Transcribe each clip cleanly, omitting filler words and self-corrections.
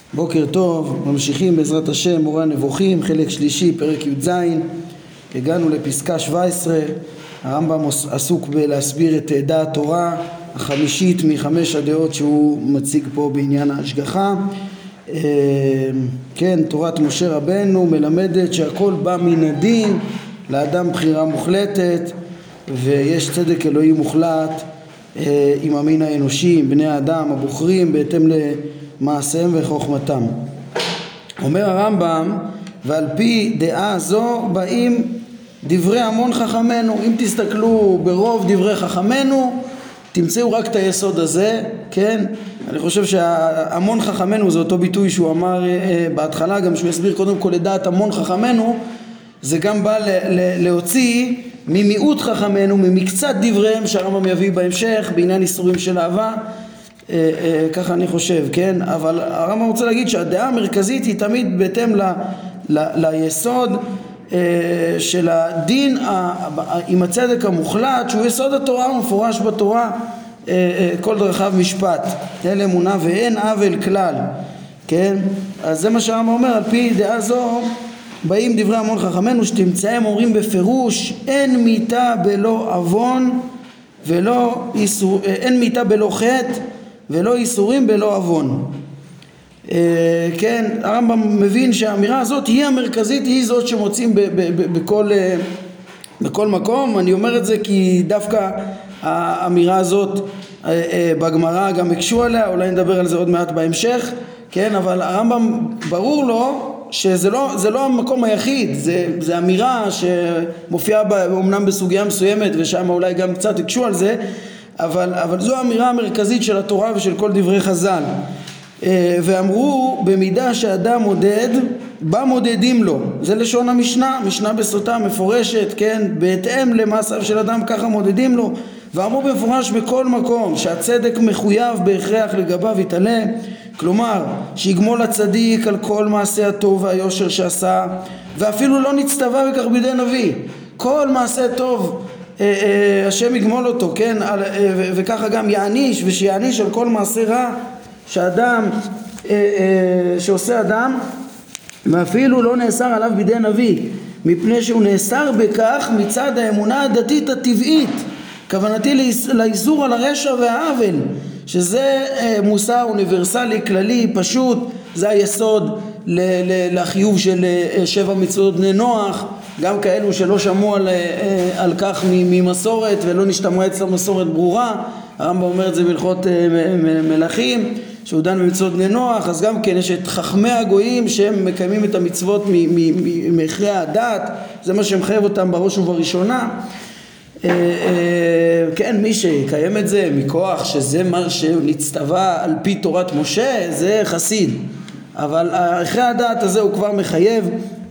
בוקר טוב, ממשיכים בעזרת השם מורה הנבוכים, חלק שלישי, פרק י"ז. הגענו לפסקה 17. הרמב"ם עסוק בלהסביר את דעת תורה החמישית מחמש הדעות שהוא מציג פה בעניין ההשגחה. כן, תורת משה רבנו מלמדת שהכל בא מן הדין, לאדם בחירה מוחלטת, ויש צדק אלוהי מוחלט עם המין האנושי, עם בני האדם הבוחרים בהתאם למעשיהם וחוכמתם. אומר הרמב"ם, ועל פי דעה זו באים דברי המון חכמנו. אם תסתכלו ברוב דברי חכמנו תמצאו רק את היסוד הזה, כן? אני חושב שהמון חכמנו זה אותו ביטוי שהוא אמר בהתחלה, גם שהוא יסביר קודם כל לדעת המון חכמנו, זה גם בא להוציא ממיעוט חכמנו, ממקצת דבריהם שהרמב"ם יביא בהמשך בעניין איסורים של אהבה, ככה אני חושב, כן? אבל הרמב"ם רוצה להגיד שהדעה המרכזית היא תמיד בהתאם ליסוד של הדין עם הצדק המוחלט, שהוא יסוד התורה ומפורש בתורה, כל דרכיו משפט, אין אמונה ואין עוול כלל, כן? אז זה מה שהרמב"ם אומר, על פי דעה זו באים דברי המון חכמנו, שתמצאם אומרים בפירוש, אין מיתה בלא עוון ולא איסור, אין מיתה בלא חטא ולא איסורים בלא עוון. כן, הרמב"ם מבין שהאמירה הזאת היא המרכזית, היא זאת שמוצאים בכל מקום. אני אומר את זה כי דווקא האמירה הזאת בגמרא גם הקשו עליה, אולי נדבר על זה עוד מעט בהמשך, כן? אבל הרמב"ם ברור לו שזה לא המקום היחיד, זה אמירה שמופיעה אומנם בסוגיה מסוימת ושם אולי גם קצת הקשו על זה, אבל זו האמירה המרכזית של התורה ושל כל דברי חז"ל. ואמרו במידה שאדם מודד, בה מודדים לו. זה לשון המשנה, משנה בסוטה מפורשת, כן? בהתאם למעשיו של אדם ככה מודדים לו. ואמרו במפורש בכל מקום שהצדק מחויב בהכרח לגביו יתעלה, כלומר שיגמול הצדיק על כל מעשה הטוב והיושר שעשה, ואפילו לא נצטווה בכך בידי נביא. כל מעשה טוב השם יגמול אותו, כן? וככה גם יעניש, ושיעניש על כל מעשה רע שאדם שעושה אדם, ואפילו לא נאסר עליו בידי נביא, מפני שהוא נאסר בכך מצד האמונה הדתית הטבעית. כוונתי לאיסור על הרשע והעוול, שזה מוסר אוניברסלי כללי פשוט, זה היסוד לחיוב של 7 מצוות בני נוח, גם כאלו שלא שמעו על כך ממסורת ולא נשתמרה אצלם מסורת ברורה. הרמב"ם אומר את זה בהלכות מלכים, שהוא דן במצוות בני נוח. אז גם כן יש את חכמי הגויים שהם מקיימים את המצוות מאחרי הדת, זה מה שמחייב אותם בראש ובראשונה. כן, מי שיקיים את זה מכוח שזה מה שנצטווה על פי תורת משה, זה חסיד, אבל אחרי הדת הזה הוא כבר מחייב,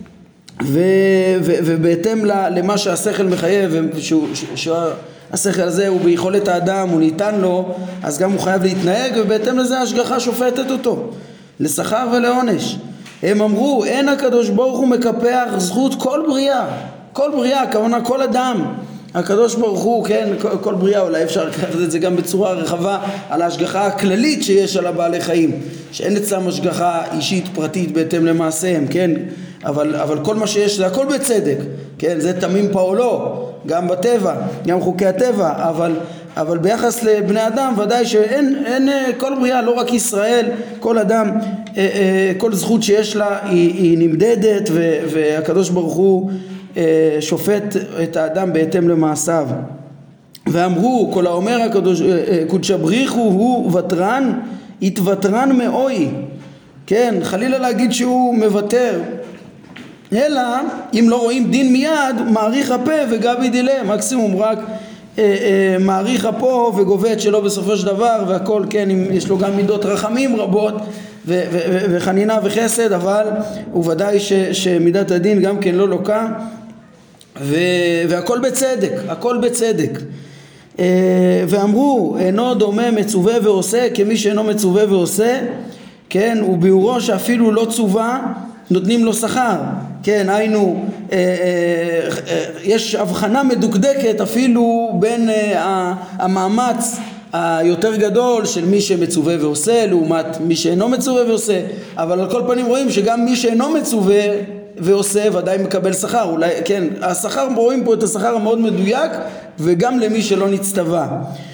ובהתאם למה שהשכל מחייב, שהשכל הזה הוא ביכולת האדם, הוא ניתן לו, אז גם הוא חייב להתנהג, ובהתאם לזה ההשגחה שופטת אותו לשכר ולעונש. הם אמרו, אין הקדוש ברוך הוא מקפח זכות כל בריאה, כל בריאה, הכוונה כל אדם. הקדוש ברוך הוא, כן, כל בריאה, אולי אפשר לקחת את זה גם בצורה רחבה על ההשגחה הכללית שיש על הבעלי חיים, שאין אצלם השגחה אישית פרטית בהתאם למעשיהם, כן, אבל כל מה שיש זה הכל בצדק, כן, זה תמים פעולו, גם בטבע, גם חוקי הטבע, אבל ביחס לבני אדם ודאי שאין כל בריאה, לא רק ישראל, כל אדם, כל זכות שיש לה היא נמדדת, והקדוש ברוך הוא שופט את האדם בהתאם למעשיו. ואמרו, כל האומר הקדוש קודש בריחו הוא ותרן, התוותרן מאוי, כן, חלילה להגיד שהוא מוותר, אלא אם לא רואים דין מיד מעריך הפה וגבי דילה, מקסימום רק מעריך הפה וגובה את שלו בסופו של דבר, והכל, כן, יש לו גם מידות רחמים רבות וחנינה וחסד, אבל הוא ודאי שמידת הדין גם כן לא לוקה, והכל בצדק, הכל בצדק. ואמרו, אינו דומה מצווה ועושה כמי שאינו מצווה ועושה, כן, וביאורו שאפילו לא צווה נותנים לו שכר, כן, היינו, יש הבחנה מדוקדקת אפילו בין המאמץ היותר גדול של מי שמצווה ועושה לעומת מי שאינו מצווה ועושה, אבל על כל פנים רואים שגם מי שאינו מצווה ועושה ודאי מקבל שכר, אולי, כן, השכר, רואים פה את השכר המאוד מדויק, וגם למי שלא נצטווה.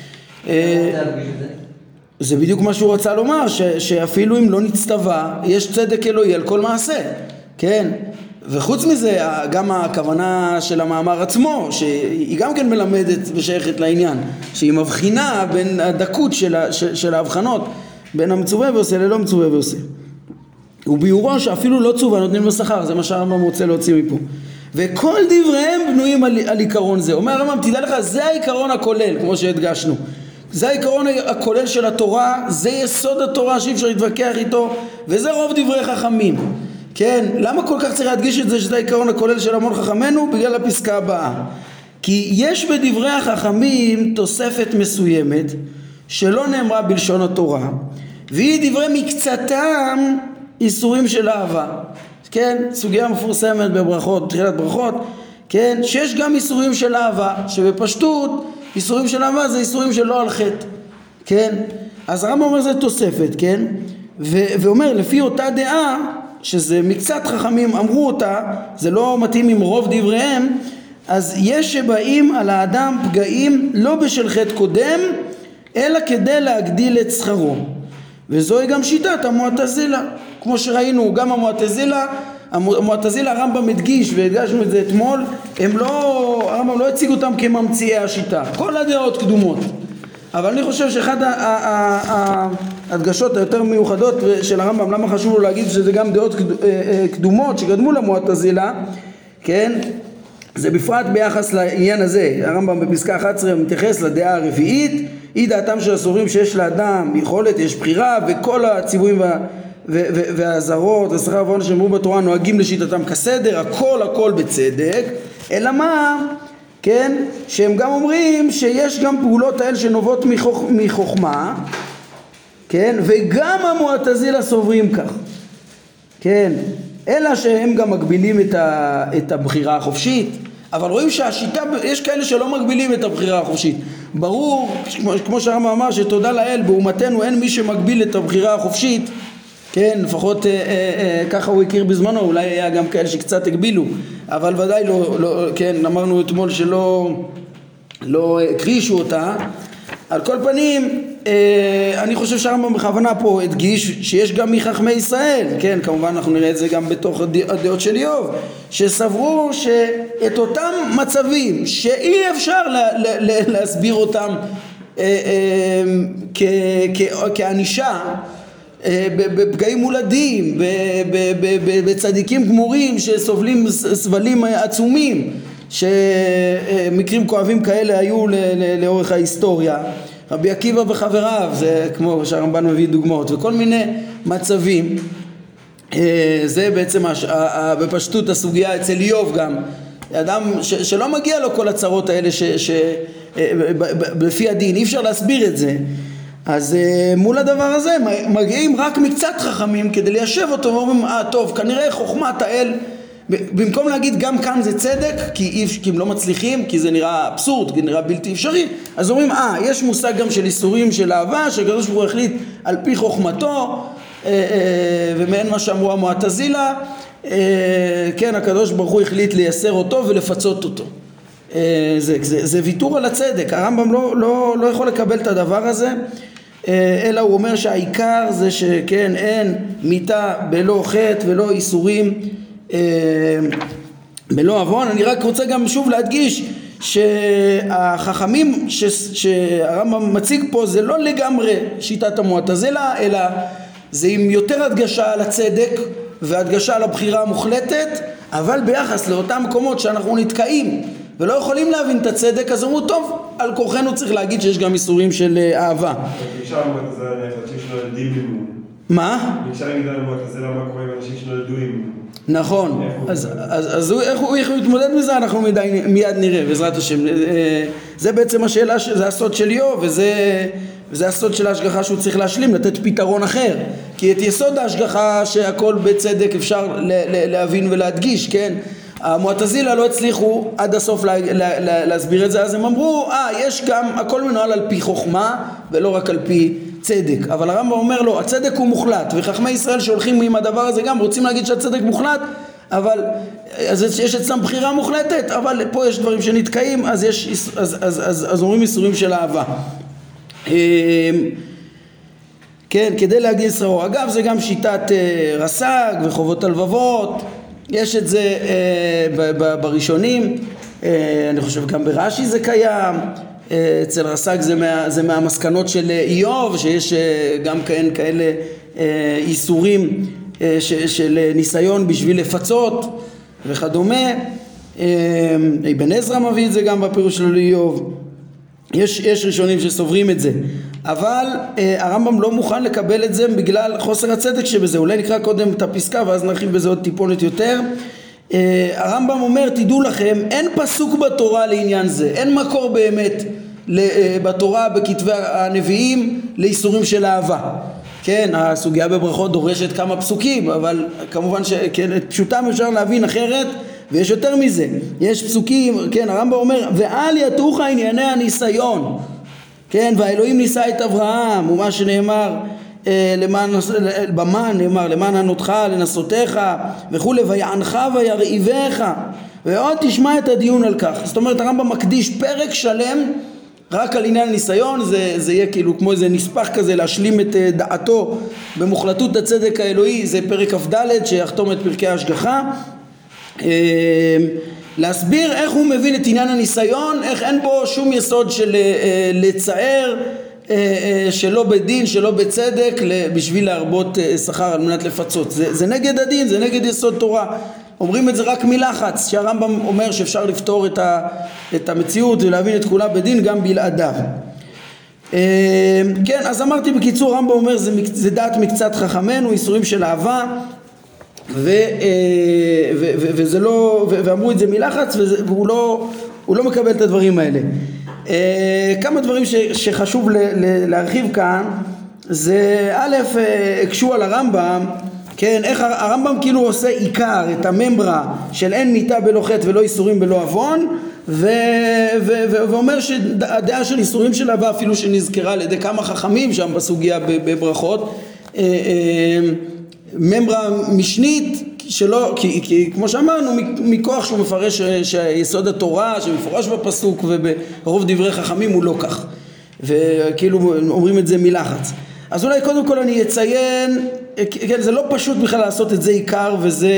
זה בדיוק מה שהוא רצה לומר, שאפילו אם לא נצטווה, יש צדק אלוהי על כל מעשה, כן? וחוץ מזה, גם הכוונה של המאמר עצמו, שהיא גם כן מלמדת ושייכת לעניין, שהיא מבחינה בין הדקות של ההבחנות, בין המצווה ועושה ללא מצווה ועושה. וביורו שאפילו לא צווה נותנים לו שכר, זה מה שהרמב"ם רוצה להוציא מפה. וכל דבריהם בנויים על עיקרון זה. אומר הרמב"ם, תדע לך, זה העיקרון הכולל, כמו שהדגשנו. זה העיקרון הכולל של התורה, זה יסוד התורה שאי אפשר להתווכח איתו, וזה רוב דברי חכמים. כן, למה כל כך צריך להדגיש את זה שזה העיקרון הכולל של המון חכמינו? בגלל הפסקה הבאה. כי יש בדברי החכמים תוספת מסוימת שלא נאמרה בלשון התורה, והיא דברי מקצתם איסורים של אהבה. כן, סוגיה מפורסמת בברכות, בתחילת ברכות, כן, שיש גם איסורים של אהבה, שבפשטות איסורים של אהבה זה איסורים שלא על חטא. כן, אז הרמב"ם אומר זה תוספת, כן, ואומר לפי אותה דעה שזה מקצת חכמים אמרו אותה, זה לא מתאים עם רוב דבריהם, אז יש שבאים על האדם פגעים לא בשל חטא קודם, אלא כדי להגדיל את שכרו. וזוהי גם שיטת המועתזילה. כמו שראינו, גם המועתזילה הרמב"ם הדגיש, והדגשנו את זה אתמול, הרמב"ם לא הציג אותם כממציאי השיטה. כל הדעות קדומות. אבל אני חושב שאחד ההדגשות היותר מיוחדות של הרמב"ם, למה חשוב לו להגיד שזה גם דעות קדומות שקדמו למועתזילה, כן? זה בפרט ביחס לעניין הזה. הרמב"ם בפסקה 11 מתייחס לדעה הרביעית, היא דעתם של הסוברים שיש לאדם יכולת, יש בחירה, וכל הציוויים והאזהרות ושכר ועונש שאמרו בתורה נוהגים לשיטתם כסדר, הכל בצדק, אלא מה? כן, שהם גם אומרים שיש גם פעולות האלה שנובעות מחוכמה, כן, וגם המועתזילה סוברים כך, כן, אלא שהם גם מגבילים את הבחירה החופשית, אבל רואים שהשיטה, יש כאלה שלא מגבילים את הבחירה החופשית. ברור, כמו שהרמב"ם אמר, שתודה לאל, באומתנו אין מי שמגביל את הבחירה החופשית, כן, לפחות ככה הוא הכיר בזמנו, אולי היה גם כאלה שקצת הגבילו, אבל ודאי לא, כן, אמרנו אתמול לא הקרישו אותה. על כל פנים, אני חושב שהרמב"ם בכוונה פה הדגיש שיש גם מחכמי ישראל, כן, כמובן אנחנו נראה את זה גם בתוך הדעות של איוב, שסברו שאת אותם מצבים שאי אפשר להסביר אותם כאנישה, בפגעים מולדים, בצדיקים גמורים שסובלים סבלים עצומים, שמקרים כואבים כאלה היו לאורך ההיסטוריה. רבי עקיבא וחבריו, זה כמו שהרמב"ן מביא דוגמאות, וכל מיני מצבים. זה בעצם בפשטות הסוגיה אצל איוב גם. אדם שלא מגיע לו כל הצרות האלה לפי הדין, אי אפשר להסביר את זה. אז מול הדבר הזה מגיעים רק מקצת חכמים כדי ליישב אותו ואומרים, טוב, כנראה חוכמת האל, במקום להגיד גם כאן זה צדק, כי הם לא מצליחים, כי זה נראה אבסורד, כי נראה בלתי אפשרי, אז אומרים, יש מושג גם של איסורים של אהבה, שהקדוש ברוך הוא החליט על פי חוכמתו, ומעין מה שאמרו המועתזילה, כן, הקדוש ברוך הוא החליט לייסר אותו ולפצות אותו. זה ויתור על הצדק. הרמב"ם לא יכול לקבל את הדבר הזה, אלא הוא אומר שהעיקר זה שכן, אין מיתה בלא חטא ולא איסורים בלא עוון. אני רק רוצה גם שוב להדגיש שהחכמים שהרמב"ם מציג פה זה לא לגמרי שיטת המועתזילה, אלא זה עם יותר הדגשה על הצדק והדגשה על הבחירה המוחלטת, אבל ביחס לאותם מקומות שאנחנו נתקעים ולא יכולים להבין את הצדק, אז אמרו, טוב, על כורחנו צריך להגיד שיש גם איסורים של אהבה. מה? אפשר להגיד על המועתזילה מה קורה עם אנשים שנולדו עם... נכון, אז איך הוא יתמודד מזה אנחנו מיד נראה, בעזרת השם. זה בעצם השאלה, זה הסוד של איוב, וזה הסוד של ההשגחה שהוא צריך להשלים, לתת פתרון אחר. כי את יסוד ההשגחה שהכל בצדק אפשר להבין ולהדגיש, כן? המועתזילה לא הצליחו עד הסוף להסביר את זה, אז הם אמרו, יש גם, הכל מנוהל על פי חוכמה ולא רק על פי צדק, אבל הרמב"ם אומר לו, הצדק הוא מוחלט, וחכמי ישראל שהולכים עם הדבר הזה גם רוצים להגיד שהצדק מוחלט, אבל אז יש אצלם בחירה מוחלטת, אבל פה יש דברים שנתקעים, אז אומרים איסורים של אהבה. כן, כדי להגיע שרו. אגב, זה גם שיטת רס"ג וחובות הלבבות, יש את זה בראשונים, אני חושב גם ברש"י זה קיים, אצל רס"ג זה מהמסקנות של איוב, שיש גם כאלה איסורים של ניסיון בשביל לפצות וכדומה. אבן עזרא מביא את זה גם בפירוש שלו לאיוב. יש ראשונים שסוברים את זה, אבל הרמב"ם לא מוכן לקבל את זה בגלל חוסר הצדק שבזה. אולי נקרא קודם את הפסקה ואז נרחיב בזה עוד טיפונת יותר. הרמב"ם אומר, תדעו לכם, אין פסוק בתורה לעניין זה, אין מקור באמת בתורה בכתבי הנביאים לאיסורים של אהבה. כן, הסוגיה בברכות דורשת כמה פסוקים, אבל כמובן שאת פשוטם אפשר להבין אחרת, ויש יותר מזה, יש פסוקים, כן, הרמב"ם אומר, ואל יתוך ענייני הניסיון, כן, והאלוהים ניסה את אברהם, ומה שנאמר, במן נאמר, למען ענותך, לנסותיך, וכו', ויענך וירעיבך, ועוד תשמע את הדיון על כך. זאת אומרת, הרמב"ם מקדיש פרק שלם, רק על עניין הניסיון, זה יהיה כאילו כמו איזה נספח כזה להשלים את דעתו במוחלטות הצדק האלוהי, זה פרק כ"ד שיחתום את פרקי ההשגחה, להסביר איך הוא מבין את עניין הניסיון, איך אין בו שום יסוד של לצער, שלא בדין, שלא בצדק, בשביל להרבות שכר על מנת לפצות. זה נגד הדין, זה נגד יסוד תורה. אומרים את זה רק מלחץ, שהרמב"ם אומר שאפשר לפתור את המציאות ולהבין את כולה בדין גם בלעדיו. כן, אז אמרתי בקיצור, הרמב"ם אומר זה דעת מקצת חכמינו, איסורים של אהבה, וזה לא, ואמרו את זה מלחץ, והוא לא מקבל את הדברים האלה. כמה דברים שחשוב להרחיב כאן, זה א', הקשו על הרמב"ם, כן, איך הרמב"ם כאילו עושה עיקר את הממרה של אין מיתה בלא חטא ולא איסורים בלא עוון, ואומר שהדעה של איסורים של אהבה, אפילו שנזכרה על ידי כמה חכמים שם בסוגיה בברכות, ממרה משנית שלא, כי כמו שאמרנו, מכוח שהוא מפרש שיסוד התורה שמפורש בפסוק וברוב דברי חכמים הוא לא כך, וכאילו אומרים את זה מלחץ. אז אולי קודם כל אני אציין, כן, זה לא פשוט בכלל לעשות את זה עיקר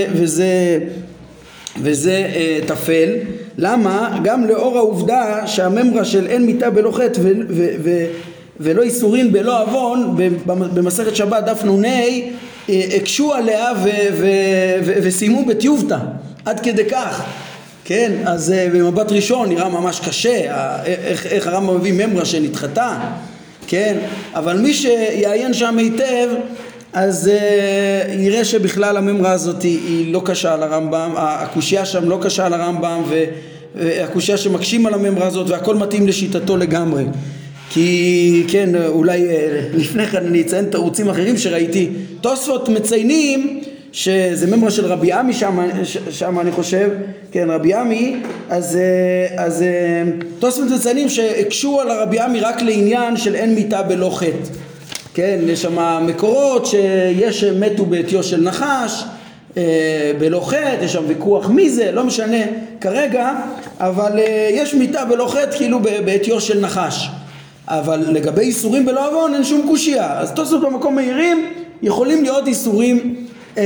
וזה תפל. למה? גם לאור העובדה שהממרה של אין מיתה בלא חטא ולא איסורים בלא עוון במסכת שבת דף נ"ה הקשו עליה וסיימו בטיובתא עד כדי כך, כן, אז במבט ראשון נראה ממש קשה איך הרמב"ם מביא ממרה שנדחתה, כן, אבל מי שיעיין שם היטב אז יראה שבכלל הממרה הזאת היא לא קשה על הרמב"ם, הקושיה שם לא קשה על הרמב"ם, והקושיה שמקשים על הממרה הזאת, והכל מתאים לשיטתו לגמרי. כי כן, אולי לפני כן אני אציין תירוצים אחרים שראיתי. תוספות מציינים שזה ממרה של רבי עמי שם אני חושב, כן, רבי עמי, אז תוספות מציינים שהקשו על הרבי עמי רק לעניין של אין מיתה בלא חטא. כן, יש שם מקורות שיש מתו בעטיו של נחש בלא חטא, יש שם ויכוח מי זה, לא משנה כרגע, אבל יש מיתה בלא חטא כאילו בעטיו של נחש. אבל לגבי איסורים בלא עוון אין שום קושיה. אז תוספות במקום מהירים יכולים להיות איסורים,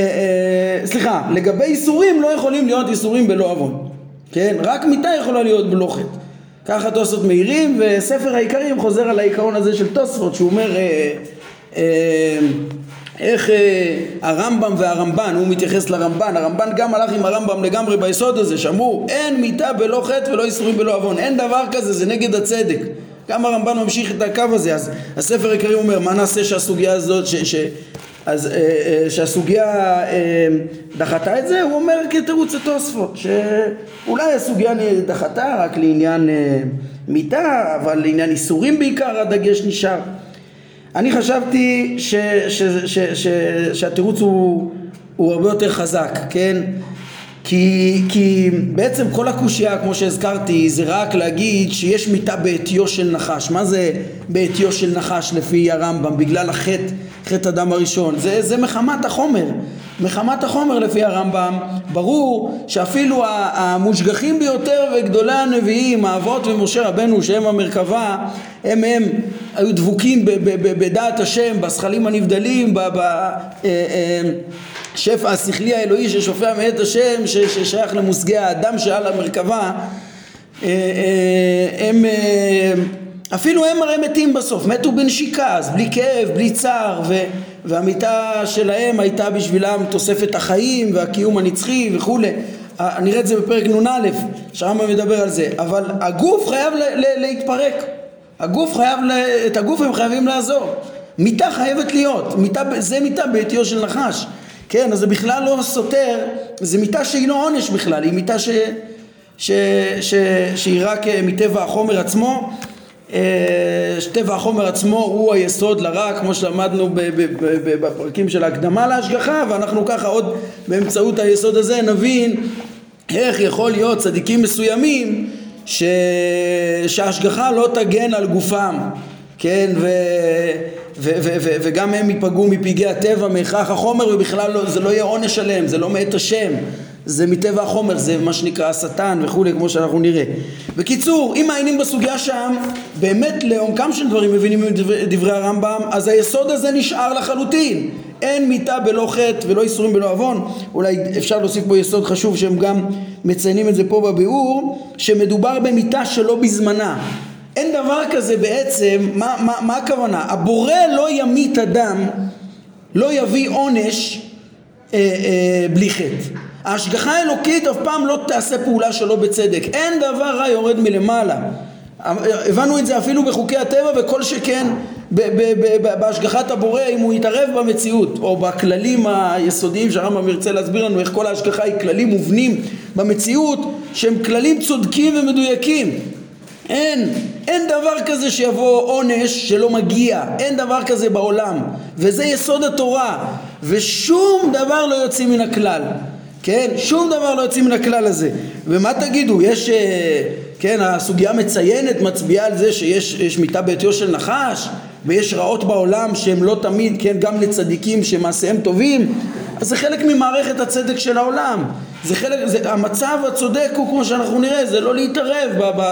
לגבי איסורים לא יכולים להיות איסורים בלא עוון, כן, רק מיתה יכולה להיות בלא חטא. ככה תוספות מהירים, וספר העיקרים חוזר על העיקרון הזה של תוספות, שהוא אומר איך הרמב"ם והרמב"ן, הוא מתייחס לרמב"ן, הרמב"ן גם הלך עם הרמב"ם לגמרי ביסוד הזה, שאמרו אין מיתה בלא חטא ולא איסורים בלא עוון, אין דבר כזה, זה נגד הצדק. גם הרמב"ן ממשיך את הקו הזה. אז הספר העיקרים אומר מה נעשה שהסוגיה הזאת שהסוגיה דחתה את זה, הוא אומר כתירוץ התוספות שאולי הסוגיה דחתה רק לעניין מיתה, אבל לעניין איסורים בעיקר הדגש נשאר. אני חשבתי שהתירוץ הוא הרבה יותר חזק, כן? כי בעצם כל הקושיה, כמו שהזכרתי, זה רק להגיד שיש מיטה בעטיו של נחש. מה זה בעטיו של נחש לפי הרמב"ם? בגלל חטא אדם הראשון. זה מחמת החומר. מחמת החומר לפי הרמב"ם. ברור שאפילו המושגחים ביותר וגדולי הנביאים, האבות ומשה רבנו, שהם המרכבה, הם היו דבוקים בדעת השם, בשכלים הנבדלים, שפע השכלי האלוהי ששופע מאת השם, ששייך למושגי האדם שעל המרכבה. אפילו הם הרי מתים בסוף, מתו בנשיקה, אז בלי כאב, בלי צער, והמיטה שלהם הייתה בשבילם תוספת החיים והקיום הנצחי וכו'. נראה את זה בפרק נ"א, שהרמב"ם מדבר על זה. אבל הגוף חייב להתפרק, את הגוף הם חייבים לעזור. מיטה חייבת להיות, זה מיטה בעטיו של נחש. כן, אז זה בכלל לא סותר, זה מיטה שהיא לא עונש בכלל, היא מיטה שהיא רק מטבע החומר עצמו. טבע החומר עצמו הוא היסוד לרע, כמו שלמדנו בפרקים של ההקדמה להשגחה, ואנחנו ככה עוד באמצעות היסוד הזה נבין איך יכול להיות צדיקים מסוימים שההשגחה לא תגן על גופם, כן, וגם הם ייפגעו מפגעי הטבע, מהכרח החומר, ובכלל לא, זה לא יהיה עונש עליהם, זה לא מאת השם, זה מטבע החומר, זה מה שנקרא השטן וכו', כמו שאנחנו נראה. בקיצור, אם מעיינים בסוגיה שם, באמת לעומקם של דברים מבינים דברי הרמב"ם, אז היסוד הזה נשאר לחלוטין. אין מיתה בלא חטא ולא איסורים בלא עוון. אולי אפשר להוסיף פה יסוד חשוב שהם גם מציינים את זה פה בביאור, שמדובר במיתה שלא בזמנה. אין דבר כזה בעצם, מה הכוונה? הבורא לא ימית אדם, לא יביא עונש בלי חטא. ההשגחה האלוקית אף פעם לא תעשה פעולה שלא בצדק. אין דבר רע יורד מלמעלה. הבנו את זה אפילו בחוקי הטבע, וכל שכן בהשגחת הבורא, אם הוא יתערב במציאות או בכללים היסודיים שהרמב"ם ירצה להסביר לנו איך כל ההשגחה היא כללים מובנים במציאות שהם כללים צודקים ומדויקים. אין דבר כזה שיבוא עונש שלא מגיע, אין דבר כזה בעולם, וזה יסוד התורה, ושום דבר לא יוצא מן הכלל, כן? שום דבר לא יוצא מן הכלל הזה. ומה תגידו? יש, כן, הסוגיה מציינת, מצביעה על זה שיש מיתה בעטיו של נחש, ויש רעות בעולם שהם לא תמיד, כן, גם לצדיקים שמעשיהם טובים, אז זה חלק ממערכת הצדק של העולם. המצב הצודק הוא, כמו שאנחנו נראה, זה לא להתערב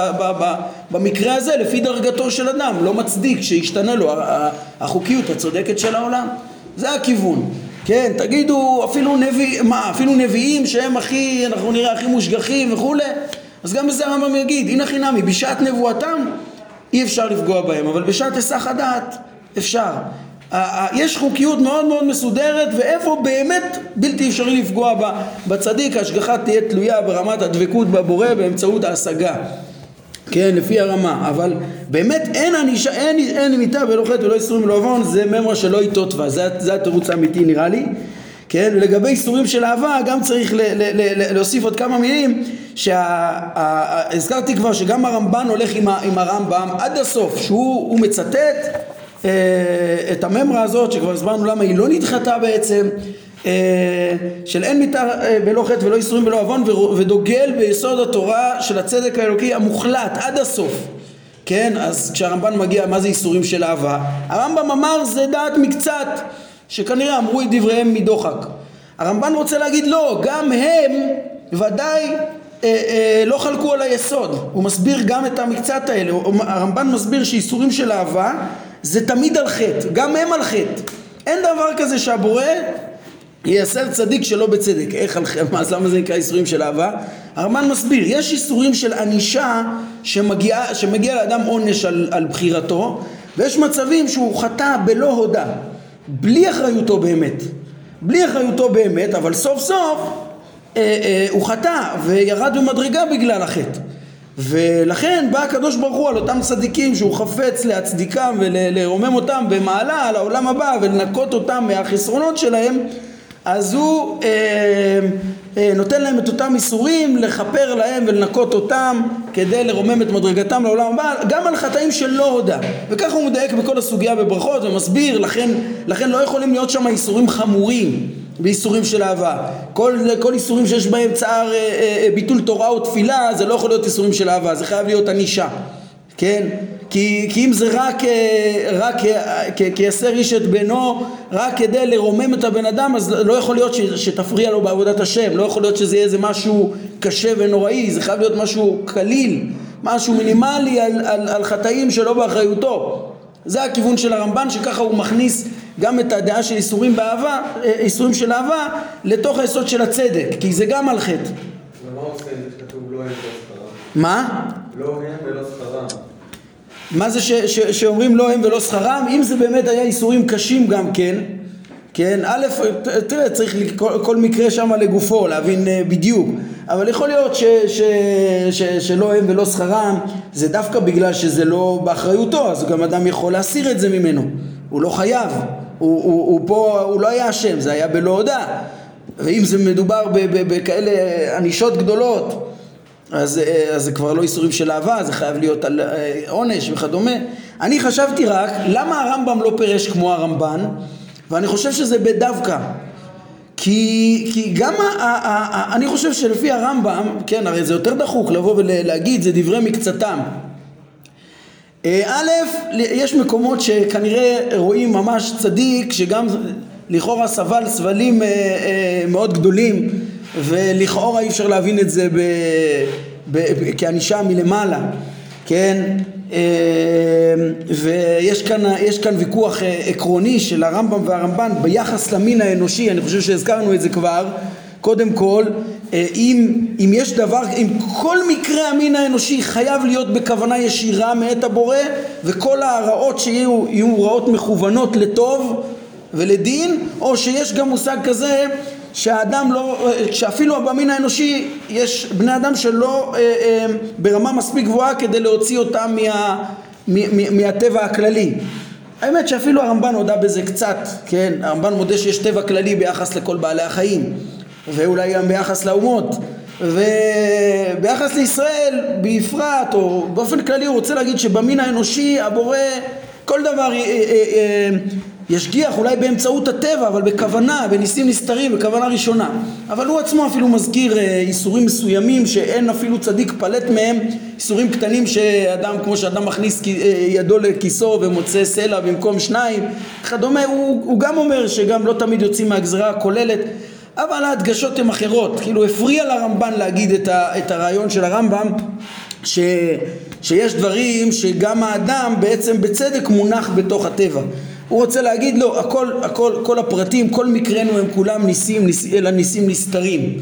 במקרה הזה לפי דרגתו של אדם, לא מצדיק שישתנה לו החוקיות הצודקת של העולם. זה הכיוון. כן, תגידו אפילו נביאים שהם אנחנו נראה הכי מושגחים וכו', אז גם בזה הרמב"ם יגיד, הנה חינמי, בשעת נבואתם אי אפשר לפגוע בהם, אבל בשעת היסח הדעת אפשר. יש חוקיות מאוד מאוד מסודרת, ואיפה באמת בלתי אפשרי לפגוע בצדיק, ההשגחה תהיה תלויה ברמת הדבקות בבורא באמצעות ההשגה, כן, לפי הרמה. אבל באמת אין מיתה ולא חטא ולא איסורים ולא עוון, זה ממרה שלא יטוטבה, זה התירוץ האמיתי נראה לי. כן, לגבי איסורים של אהבה גם צריך להוסיף עוד כמה מילים, הזכרתי כבר שגם הרמב"ן הולך עם הרמב"ם עד הסוף, שהוא מצטט את הממרה הזאת שכבר הסברנו למה היא לא נדחתה בעצם, של אין מיתה בלא חטא ולא איסורים ולא עוון, ודוגל ביסוד התורה של הצדק האלוקי המוחלט עד הסוף. כן, אז כשהרמב"ן מגיע מה זה איסורים של אהבה, הרמב"ם אמר זה דעת מקצת שכנראה אמרו את דבריהם מדוחק. הרמב"ן רוצה להגיד לא, גם הם ודאי לא חלקו על היסוד. הוא מסביר גם את המקצת האלה. הרמב"ן מסביר שאיסורים של אהבה זה תמיד על חטא, גם הם על חטא. אין דבר כזה שהבורא ייסר צדיק שלא בצדק. איך על חטא? אז למה זה נקרא איסורים של אהבה? הרמב"ן מסביר, יש איסורים של ענישה שמגיע לאדם עונש על בחירתו, ויש מצבים שהוא חטא בלא הודע, בלי אחריותו באמת, אבל סוף סוף הוא חטא וירד במדרגה בגלל החטא. ולכן בא הקדוש ברוך הוא על אותם צדיקים שהוא חפץ להצדיקם ולרומם אותם במעלה על העולם הבא ולנקות אותם מהחסרונות שלהם, אז הוא נותן להם את אותם איסורים, לחפר להם ולנקות אותם כדי לרומם את מדרגתם לעולם הבא, גם על חטאים שלא הודע. וכך הוא מדייק בכל הסוגיה בברכות ומסביר, לכן לא יכולים להיות שם איסורים חמורים, באיסורים של אהבה. כל איסורים שיש בהם צער, ביטול תורה או תפילה, זה לא יכול להיות איסורים של אהבה, זה חייב להיות ענישה, כן? כי אם זה רק כיסר איש את בנו, רק כדי לרומם את הבן אדם, אז לא יכול להיות שתפריע לו בעבודת השם, לא יכול להיות שזה יהיה איזה משהו קשה ונוראי, זה חייב להיות משהו קליל, משהו מינימלי על חטאים שלא באחריותו. זה הכיוון של הרמב"ן, שככה הוא מכניס גם את הדעה של איסורים באהבה, איסורים של אהבה, לתוך היסוד של הצדק, כי זה גם על חטא. ומה עושה שכתוב לא הם ולא שכרם? מה? לא הם ולא שכרם. מה זה שאומרים לא הם ולא שכרם? אם זה באמת היה איסורים קשים גם כן, כן, א', תראה, צריך כל מקרה שם לגופו, להבין בדיוק, אבל יכול להיות שלא הם ולא שכרם, זה דווקא בגלל שזה לא באחריותו, אז גם אדם יכול להסיר את זה ממנו, הוא לא חייב, הוא פה, הוא לא היה אשם, זה היה בלא הודעה, ואם זה מדובר בכאלה ענישות גדולות, אז זה כבר לא איסורים של אהבה, זה חייב להיות על עונש וכדומה. אני חשבתי רק, למה הרמב"ם לא פירש כמו הרמב"ן? ואני חושב שזה בדווקא, כי גם אני חושב שלפי הרמב"ם, כן, הרי זה יותר דחוק לבוא ולהגיד, זה דברי מקצתם. א', יש מקומות שכנראה רואים ממש צדיק, שגם לכאורה סבל סבלים מאוד גדולים, ולכאורה אי אפשר להבין את זה כאנישה מלמעלה, כן? ויש כאן ויכוח עקרוני של הרמב"ם והרמב"ן ביחס למין האנושי. אני חושב שהזכרנו את זה כבר. קודם כל, אם יש דבר, אם כל מקרה המין האנושי חייב להיות בכוונה ישירה מאת הבורא, וכל הרעות שיהיו רעות מכוונות לטוב ולדין, או שיש גם מושג כזה שהאדם לא, שאפילו במין האנושי יש בני אדם שלא ברמה מספיק גבוהה כדי להוציא אותם מהטבע הכללי. האמת שאפילו הרמב"ן הודע בזה קצת, כן? הרמב"ן מודה שיש טבע כללי ביחס לכל בעלי החיים, ואולי גם ביחס לאומות, וביחס לישראל בפרט, או באופן כללי הוא רוצה להגיד שבמין האנושי הבורא כל דבר ישגיח אולי באמצעות הטבע, אבל בכוונה, בניסים נסתרים, בכוונה ראשונה. אבל הוא עצמו אפילו מזכיר איסורים מסוימים שאין אפילו צדיק פלט מהם, איסורים קטנים שאדם, כמו שאדם מכניס ידו לכיסו ומוצא סלע במקום שניים, כדומה. הוא גם אומר שגם לא תמיד יוצאים מהגזרה הכוללת, אבל ההדגשות הן אחרות. כאילו הפריע לרמב"ן להגיד את הרעיון של הרמב"ם, שיש דברים שגם האדם בעצם בצדק מונח בתוך הטבע. הוא רוצה להגיד לו, כל הפרטים, כל מקרנו הם כולם ניסים, אלא ניסים נסתרים.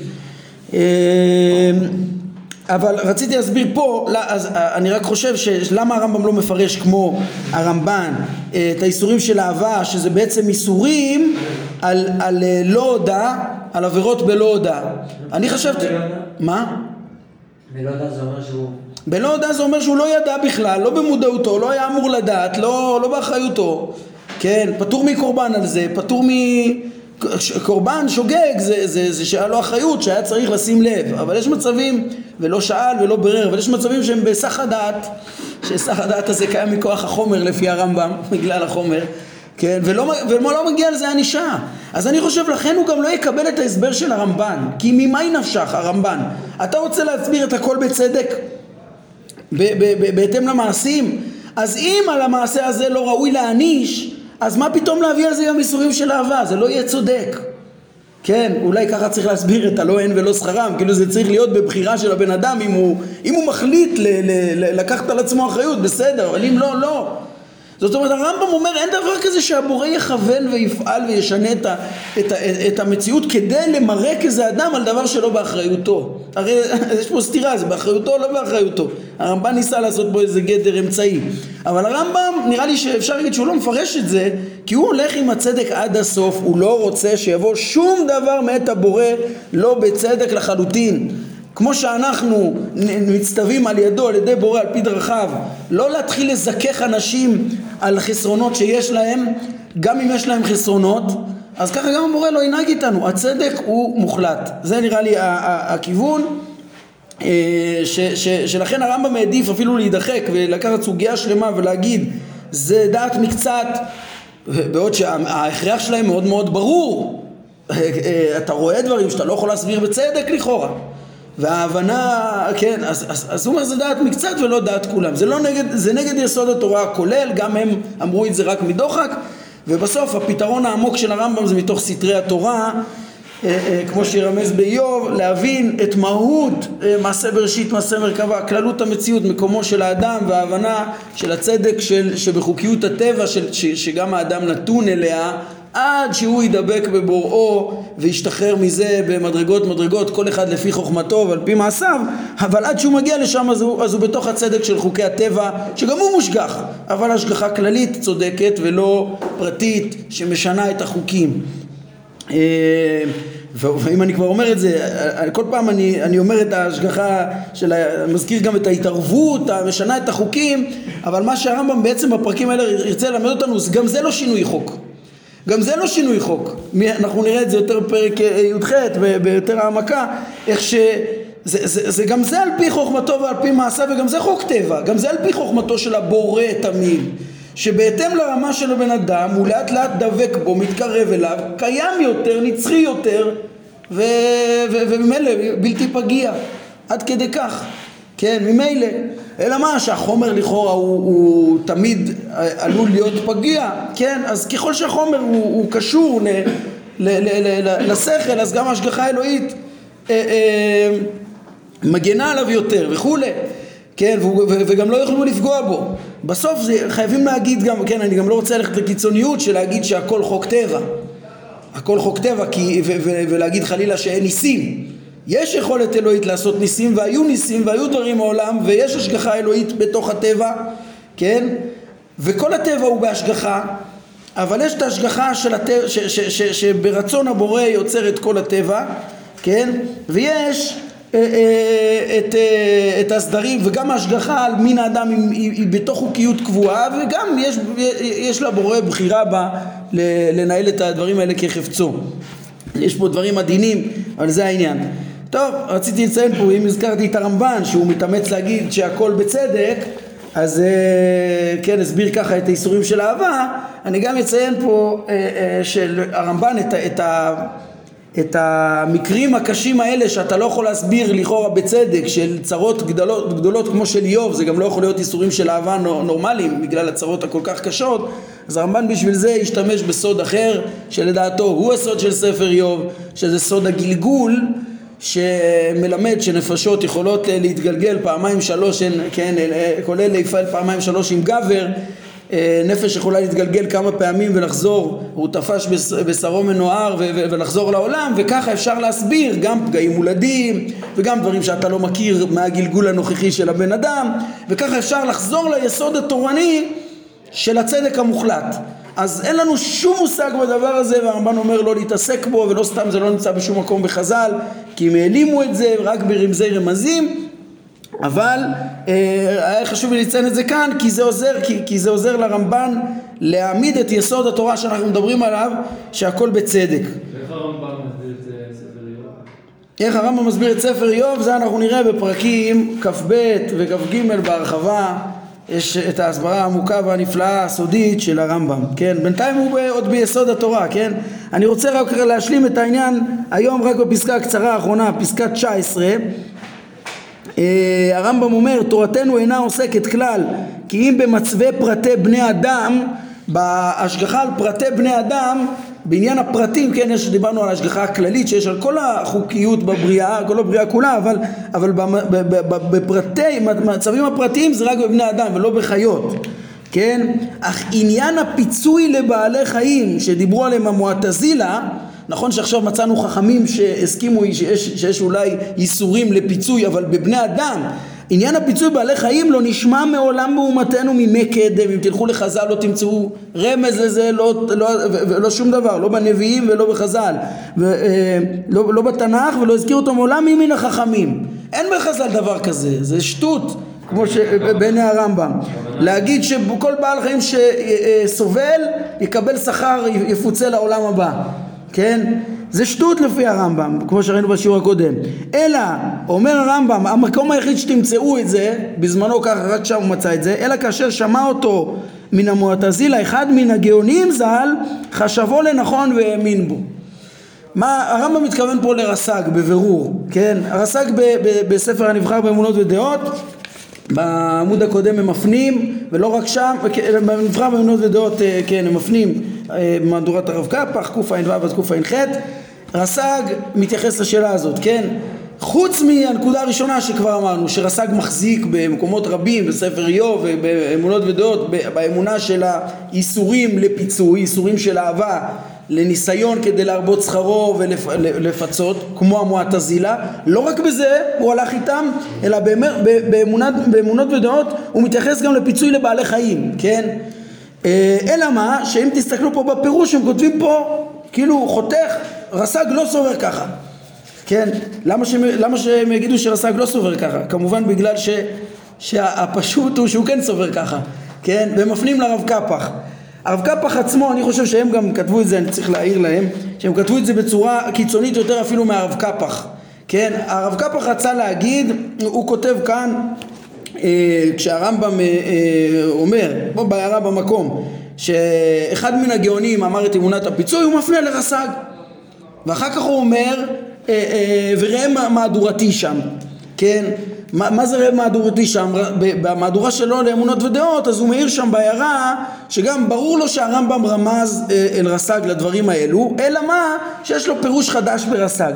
אבל רציתי להסביר פה, אז אני רק חושב למה הרמב"ם לא מפרש כמו הרמב"ן את האיסורים של אהבה, שזה בעצם איסורים על לא הודעה, על עבירות בלא הודעה. אני חשבתי, מה? בלא הודעה זה אומר שהוא... בלא הודעה זה אומר שהוא לא ידע בכלל, לא במודעותו, לא היה אמור לדעת, לא באחריותו. כן, פטור מקורבן על זה, פטור מקורבן שוגג, זה שהיה לו אחריות, שהיה צריך לשים לב. אבל יש מצבים, ולא שאל ולא ברר, אבל יש מצבים שהם בסך הדעת, שסך הדעת הזה קיים מכוח החומר לפי הרמב"ם, בגלל החומר, כן, ולא מגיע לזה ענישה. אז אני חושב לכן הוא גם לא יקבל את ההסבר של הרמב"ן, כי ממאי נפשך הרמב"ן? אתה רוצה להסביר את הכל בצדק, בהתאם למעשים? אז אם על המעשה הזה לא ראוי להעניש, אז מה פתאום להביא על זה גם איסורים של אהבה? זה לא יהיה צודק. כן, אולי ככה צריך להסביר את הלא אין ולא שכרם, כאילו זה צריך להיות בבחירה של הבן אדם, אם הוא מחליט לקחת על עצמו אחריות, בסדר, אבל אם לא, לא. זאת אומרת, הרמב"ם אומר, אין דבר כזה שהבורא יכוון ויפעל וישנה את המציאות כדי למרק איזה אדם על דבר שלא באחריותו. הרי יש פה סתירה, זה באחריותו או לא באחריותו. הרמב"ם ניסה לעשות בו איזה גדר אמצעי. אבל הרמב"ם, נראה לי שאפשר להגיד שהוא לא מפרש את זה, כי הוא הולך עם הצדק עד הסוף, הוא לא רוצה שיבוא שום דבר מאת הבורא לא בצדק לחלוטין. כמו שאנחנו מצטווים על ידו, על ידי בורא, על פי דרכיו, לא להתחיל לזכך אנשים על חסרונות שיש להם, גם אם יש להם חסרונות, אז ככה גם הבורא לא ינהג איתנו, הצדק הוא מוחלט. זה נראה לי הכיוון, שלכן הרמב"ם מעדיף אפילו להידחק ולקחת סוגיה שלמה ולהגיד, זה דעת מקצת, בעוד שההכרח שלהם מאוד מאוד ברור, אתה רואה דברים שאתה לא יכול להסביר בצדק לכאורה, וההבנה, כן, אז הוא אומר זה דעת מקצת ולא דעת כולם, זה נגד יסוד התורה הכולל, גם הם אמרו את זה רק מדוחק, ובסוף הפתרון העמוק של הרמב"ם זה מתוך סתרי התורה, כמו שירמז באיוב, להבין את מהות מעשה בראשית, מעשה מרכבה, כללות המציאות, מקומו של האדם וההבנה של הצדק שבחוקיות הטבע שגם האדם נתון אליה, עד שהוא ידבק בבוראו וישתחרר מזה במדרגות, כל אחד לפי חוכמתו ועל פי מעשיו, אבל עד שהוא מגיע לשם אז הוא בתוך הצדק של חוקי הטבע, שגם הוא מושגח, אבל השגחה כללית צודקת ולא פרטית שמשנה את החוקים. ואם אני כבר אומר את זה, כל פעם אני אומר את ההשגחה מזכיר גם את ההתערבות המשנה את החוקים, אבל מה שהרמב"ם בעצם בפרקים האלה ירצה ללמד אותנו, גם זה לא שינוי חוק, גם זה לא שינוי חוק. אנחנו נראה את זה יותר בפרק י"ח ביותר העמקה, איך שזה גם זה על פי חוכמתו ועל פי מעשה, וגם זה חוק טבע, גם זה על פי חוכמתו של הבורא תמיד, שבהתאם לרמה של הבן אדם הוא לאט לאט דבק בו, מתקרב אליו, קיים יותר, נצחי יותר, וממילא בלתי פגיע עד כדי כך, כן, ממילא. אלא מה, שהחומר לכאורה הוא תמיד עלול להיות פגיע, כן, אז ככל שהחומר הוא קשור לשכל, אז גם ההשגחה האלוהית מגנה עליו יותר וכולי, כן, וגם לא יוכלו לפגוע בו. בסוף חייבים להגיד גם, כן, אני גם לא רוצה ללכת לקיצוניות של להגיד שהכל חוק טבע, הכל חוק טבע, ולהגיד חלילה שאין ניסים. יש יכולת אלוהית לעשות ניסים, והיו ניסים והיו דברים מעולם, ויש השגחה אלוהית בתוך הטבע, כן, וכל הטבע הוא בהשגחה, אבל יש את ההשגחה של הטבע, שברצון הבורא יוצר את כל הטבע, כן, ויש את הסדרים, וגם ההשגחה על מין האדם היא בתוך חוקיות קבועה, וגם יש לבורא בחירה בה לנהל את הדברים האלה כחפצו. יש פה דברים עדינים, אבל זה העניין. טוב, רציתי לציין פה, אם הזכרתי את הרמב"ן שהוא מתאמץ להגיד שהכל בצדק, אז כן, הסביר ככה את האיסורים של אהבה. אני גם אציין פה של הרמב"ן את המקרים הקשים האלה שאתה לא יכול להסביר לכאורה בצדק, של צרות גדולות כמו של איוב, זה גם לא יכול להיות איסורים של אהבה נורמליים בגלל הצרות הכל כך קשות. אז הרמב"ן בשביל זה ישתמש בסוד אחר שלדעתו הוא הסוד של ספר איוב, שזה סוד הגלגול, שמלמד שנפשות יכולות להתגלגל פעמיים שלוש, כן, כולל להפעל פעמיים שלוש עם גבר, נפש יכולה להתגלגל כמה פעמים ולחזור, הוא תפש בשרו מנוער ולחזור לעולם, וככה אפשר להסביר גם פגעים מולדים וגם דברים שאתה לא מכיר מהגלגול הנוכחי של הבן אדם, וככה אפשר לחזור ליסוד התורני של הצדק המוחלט. אז אין לנו שום מושג בדבר הזה, והרמב"ן אומר לא להתעסק בו, ולא סתם זה לא נמצא בשום מקום בחז"ל, כי הם העלימו את זה רק ברמזי רמזים, אבל היה חשוב לי לציין את זה כאן, כי זה עוזר לרמב"ן להעמיד את יסוד התורה שאנחנו מדברים עליו, שהכל בצדק. איך הרמב"ם מסביר את ספר איוב? איך הרמב"ם מסביר את ספר איוב? זה אנחנו נראה בפרקים כ"ב וכ"ג בהרחבה. יש את ההסברה העמוקה והנפלאה הסודית של הרמב"ם, כן? בינתיים הוא עוד ביסוד התורה, כן? אני רוצה רק להשלים את העניין היום רק בפסקה הקצרה האחרונה, פסקה 19. הרמב"ם אומר, תורתנו אינה עוסקת כלל כי אם במצווה פרטי בני אדם, בהשגחה על פרטי בני אדם, בעניין הפרטים, כן, דיברנו על ההשגחה הכללית שיש על כל החוקיות בבריאה, כל הבריאה כולה, אבל בפרטי, מצבים הפרטיים זה רק בבני אדם ולא בחיות, כן? אך עניין הפיצוי לבעלי חיים שדיברו עליהם המועתזילה, נכון שעכשיו מצאנו חכמים שהסכימו שיש אולי איסורים לפיצוי, אבל בבני אדם עניין הפיצוי בעלי חיים לא נשמע מעולם באומתנו מימי קדם. אם תלכו לחז"ל לא תמצאו רמז לזה, לא שום דבר, לא בנביאים ולא בחז"ל, לא בתנ"ך, ולא הזכיר אותו מעולם מן החכמים. אין בחז"ל דבר כזה, זה שטות, כמו שבעיני הרמב"ם להגיד שכל בעל חיים שסובל יקבל שכר, יפוצה לעולם הבא, כן? זה שטות לפי הרמב"ם, כמו שראינו בשיעור הקודם. אלא, אומר הרמב"ם, המקום היחיד שתמצאו את זה, בזמנו ככה, רק שם הוא מצא את זה, אלא כאשר שמע אותו מן המועתזילה, אחד מן הגאונים ז"ל, חשבו לנכון והאמין בו. מה הרמב"ם מתכוון פה לרס"ג בבירור, כן? הרס"ג בספר הנבחר באמונות ודעות, בעמוד הקודם הם מפנים, ולא רק שם, בנבחר באמונות ודעות, כן, הם מפנים במהדורת הרב קפח, קע"ו עד קע"ח. רס"ג מתייחס לשאלה הזאת, כן? חוץ מהנקודה הראשונה שכבר אמרנו, שרס"ג מחזיק במקומות רבים, בספר איוב ובאמונות ודעות, באמונה של האיסורים לפיצוי, איסורים של אהבה, לניסיון כדי להרבות שכרו ולפצות, כמו המועתזילה. לא רק בזה הוא הלך איתם, אלא באמונות ודעות הוא מתייחס גם לפיצוי לבעלי חיים, כן? אלא מה, שאם תסתכלו פה בפירוש, הם כותבים פה כאילו חותך, רס"ג לא סובר ככה, כן? למה שהם יגידו שרס"ג לא סובר ככה? כמובן בגלל שהפשוט הוא שהוא כן סובר ככה, כן? והם מפנים לרב קפח. הרב קפח עצמו, אני חושב שהם גם כתבו את זה, אני צריך להעיר להם, שהם כתבו את זה בצורה קיצונית יותר אפילו מהרב קפח, כן? הרב קפח רצה להגיד, הוא כותב כאן, כשהרמב"ם אומר, פה בהערה במקום, שאחד מן הגאונים אמר את אמונת הפיצוי, הוא מפנה לרס"ג, ואחר כך הוא אומר, וראה מהדורתי שם, כן? מה זה ראה מהדורתי שם? במהדורה שלו לאמונות ודעות, אז הוא מעיר שם בהערה שגם ברור לו שהרמב"ם רמז אל רס"ג לדברים האלו, אלא מה? שיש לו פירוש חדש ברס"ג,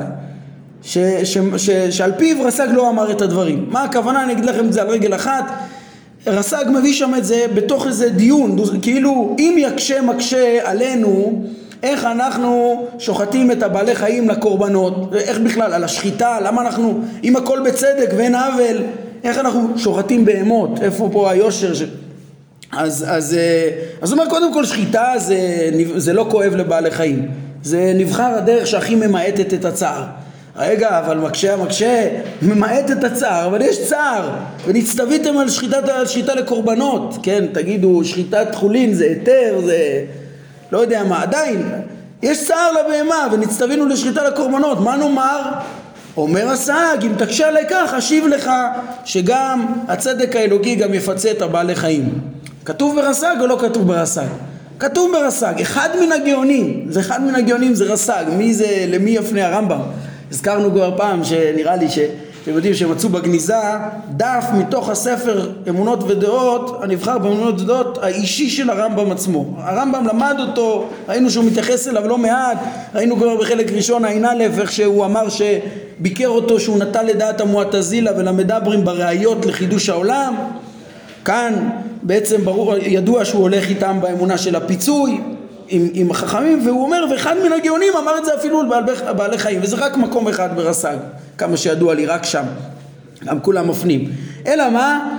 שעל פיו רס"ג לא אמר את הדברים. מה הכוונה? אני אגיד לכם את זה על רגל אחת. רס"ג מביא שם את זה בתוך איזה דיון, כאילו אם מקשה עלינו איך אנחנו שוחטים את הבעלי חיים לקורבנות, איך בכלל על השחיטה, למה אנחנו, אם הכל בצדק ואין עוול, איך אנחנו שוחטים בהמות, איפה פה היושר אז הוא אומר, קודם כל שחיטה זה לא כואב לבעלי חיים, זה נבחר הדרך שהכי ממעטת את הצער. רגע, אבל מקשה ממעט את הצער, אבל יש צער, ונצטוויתם על שחיטה לקורבנות, כן? תגידו שחיטת חולין זה היתר, זה לא יודע מה, עדיין יש צער לבהמה ונצטווינו לשחיטה לקורבנות. מה נאמר? אומר רס"ג, אם תקשה עליי כך, אשיב לך שגם הצדק האלוקי גם יפצה את הבעלי חיים. כתוב ברס"ג או לא כתוב ברס"ג? כתוב ברס"ג. אחד מן הגאונים זה רס"ג. מי זה, למי יפנה הרמב"ם? הזכרנו כבר פעם שנראה לי אתם יודעים שמצאו בגניזה דף מתוך הספר אמונות ודעות, הנבחר באמונות ודעות האישי של הרמב"ם עצמו. הרמב"ם למד אותו, ראינו שהוא מתייחס אליו לא מעט, ראינו כבר בחלק ראשון עין א' איך שהוא אמר שביקר אותו שהוא נטל לדעת המועתזילה ולמדברים בראיות לחידוש העולם. כאן בעצם ברור, ידוע שהוא הולך איתם באמונה של הפיצוי עם החכמים, והוא אומר, ואחד מן הגאונים אמר את זה אפילו על בעלי חיים, וזה רק מקום אחד ברס"ג, כמה שידוע לי, רק שם, גם כולם מפנים. אלא מה?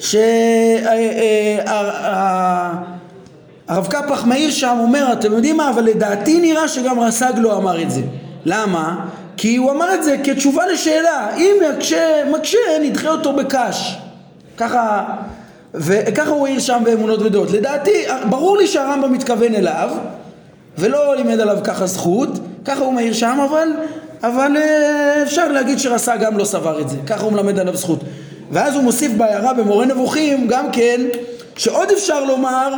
הרב קפח מעיר שם, אומר, אתם יודעים מה, אבל לדעתי נראה שגם רס"ג לא אמר את זה. למה? כי הוא אמר את זה כתשובה לשאלה, אם מקשה נדחה אותו בקש. וככה הוא העיר שם באמונות ודעות. לדעתי, ברור לי שהרמב"ם מתכוון אליו, ולא לימד עליו ככה זכות, ככה הוא מעיר שם, אבל אפשר להגיד שרס"ג גם לא סבר את זה, ככה הוא מלמד עליו זכות. ואז הוא מוסיף בהערה במורה נבוכים, גם כן, שעוד אפשר לומר,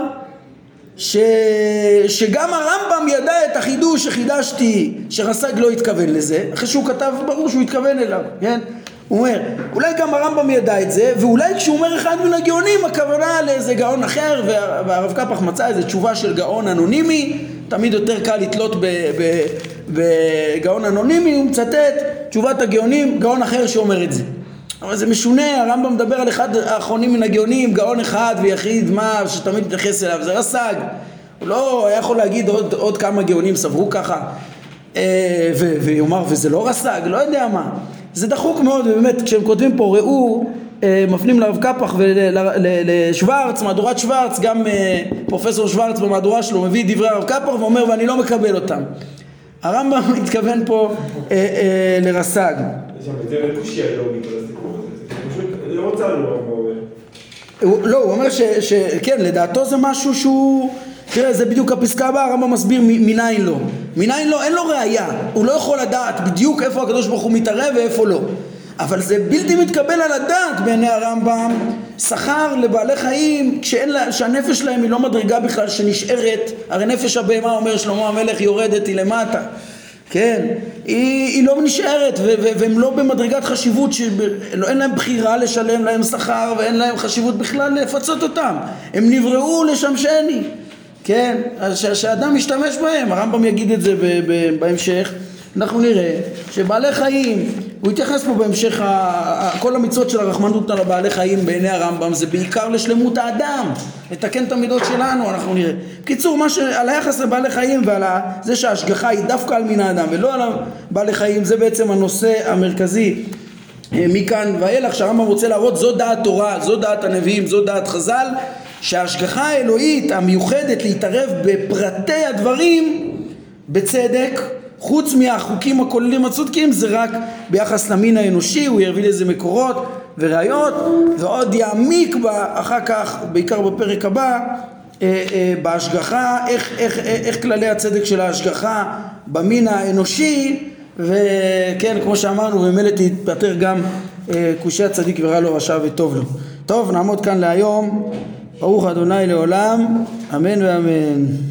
שגם הרמב"ם ידע את החידוש שחידשתי, שרס"ג לא התכוון לזה, אחרי שהוא כתב ברור שהוא התכוון אליו, כן? הוא אומר, אולי גם הרמב"ם ידע את זה, ואולי כשהוא אומר אחד מן הגאונים, הכוונה לאיזה גאון אחר, והרב קפח מצא איזו תשובה של גאון אנונימי, תמיד יותר קל לתלות בגאון אנונימי, הוא מצטט תשובת הגאונים, גאון אחר שאומר את זה. אבל זה משונה, הרמב"ם מדבר על אחד האחרונים מן הגאונים, גאון אחד ויחיד, מה שתמיד מתייחס אליו, זה רס"ג. הוא לא היה יכול להגיד עוד כמה גאונים סברו ככה, ויאמר, וזה לא רס"ג, לא יודע מה. זה דחוק מאוד, ובאמת כשהם כותבים פה ראו, מפנים לרב קפח ולשוורץ, מהדורת שוורץ, גם פרופסור שוורץ במהדורה שלו מביא דברי הרב קפח ואומר ואני לא מקבל אותם. הרמב"ם מתכוון פה לרס"ג. זה מקושי הלוגי כל הסיפור הזה, זה פשוט לא רוצה לו. לא, הוא אומר שכן, לדעתו זה משהו שהוא, תראה, זה בדיוק הפסקה הבאה, הרמב"ם מסביר מניין לא. מניין לא, אין לו ראייה, הוא לא יכול לדעת בדיוק איפה הקדוש ברוך הוא מתערב ואיפה לא. אבל זה בלתי מתקבל על הדעת בעיני הרמב"ם, שכר לבעלי חיים שהנפש שלהם היא לא מדרגה בכלל שנשארת, הרי נפש הבהמה אומר שלמה המלך יורדת היא למטה, כן, היא לא נשארת והם לא במדרגת חשיבות שאין להם בחירה לשלם להם שכר ואין להם חשיבות בכלל לפצות אותם, הם נבראו לשמשני, כן, שהאדם משתמש בהם. הרמב"ם יגיד את זה בהמשך. אנחנו נראה שבעלי חיים, הוא יתייחס פה בהמשך, כל המצוות של הרחמנות על הבעלי חיים בעיני הרמב"ם זה בעיקר לשלמות האדם, לתקן את המידות שלנו. אנחנו נראה קיצור על היחס לבעלי חיים ועל זה שההשגחה היא דווקא על מין האדם ולא על הבעלי חיים, זה בעצם הנושא המרכזי מכאן ואילך שהרמב"ם רוצה להראות. זו דעת תורה, זו דעת הנביאים, זו דעת חז"ל, שההשגחה האלוהית המיוחדת להתערב בפרטי הדברים בצדק חוץ מהחוקים הכוללים הצודקים זה רק ביחס למין האנושי. הוא יביא לזה מקורות וראיות ועוד יעמיק בה אחר כך בעיקר בפרק הבא בהשגחה, איך כללי הצדק של ההשגחה במין האנושי, וכן כמו שאמרנו ומילא תתפטר גם קושי הצדיק ורע לו רשע וטוב לו. טוב, נעמוד כאן להיום. ברוך ה' לעולם, אמן ואמן.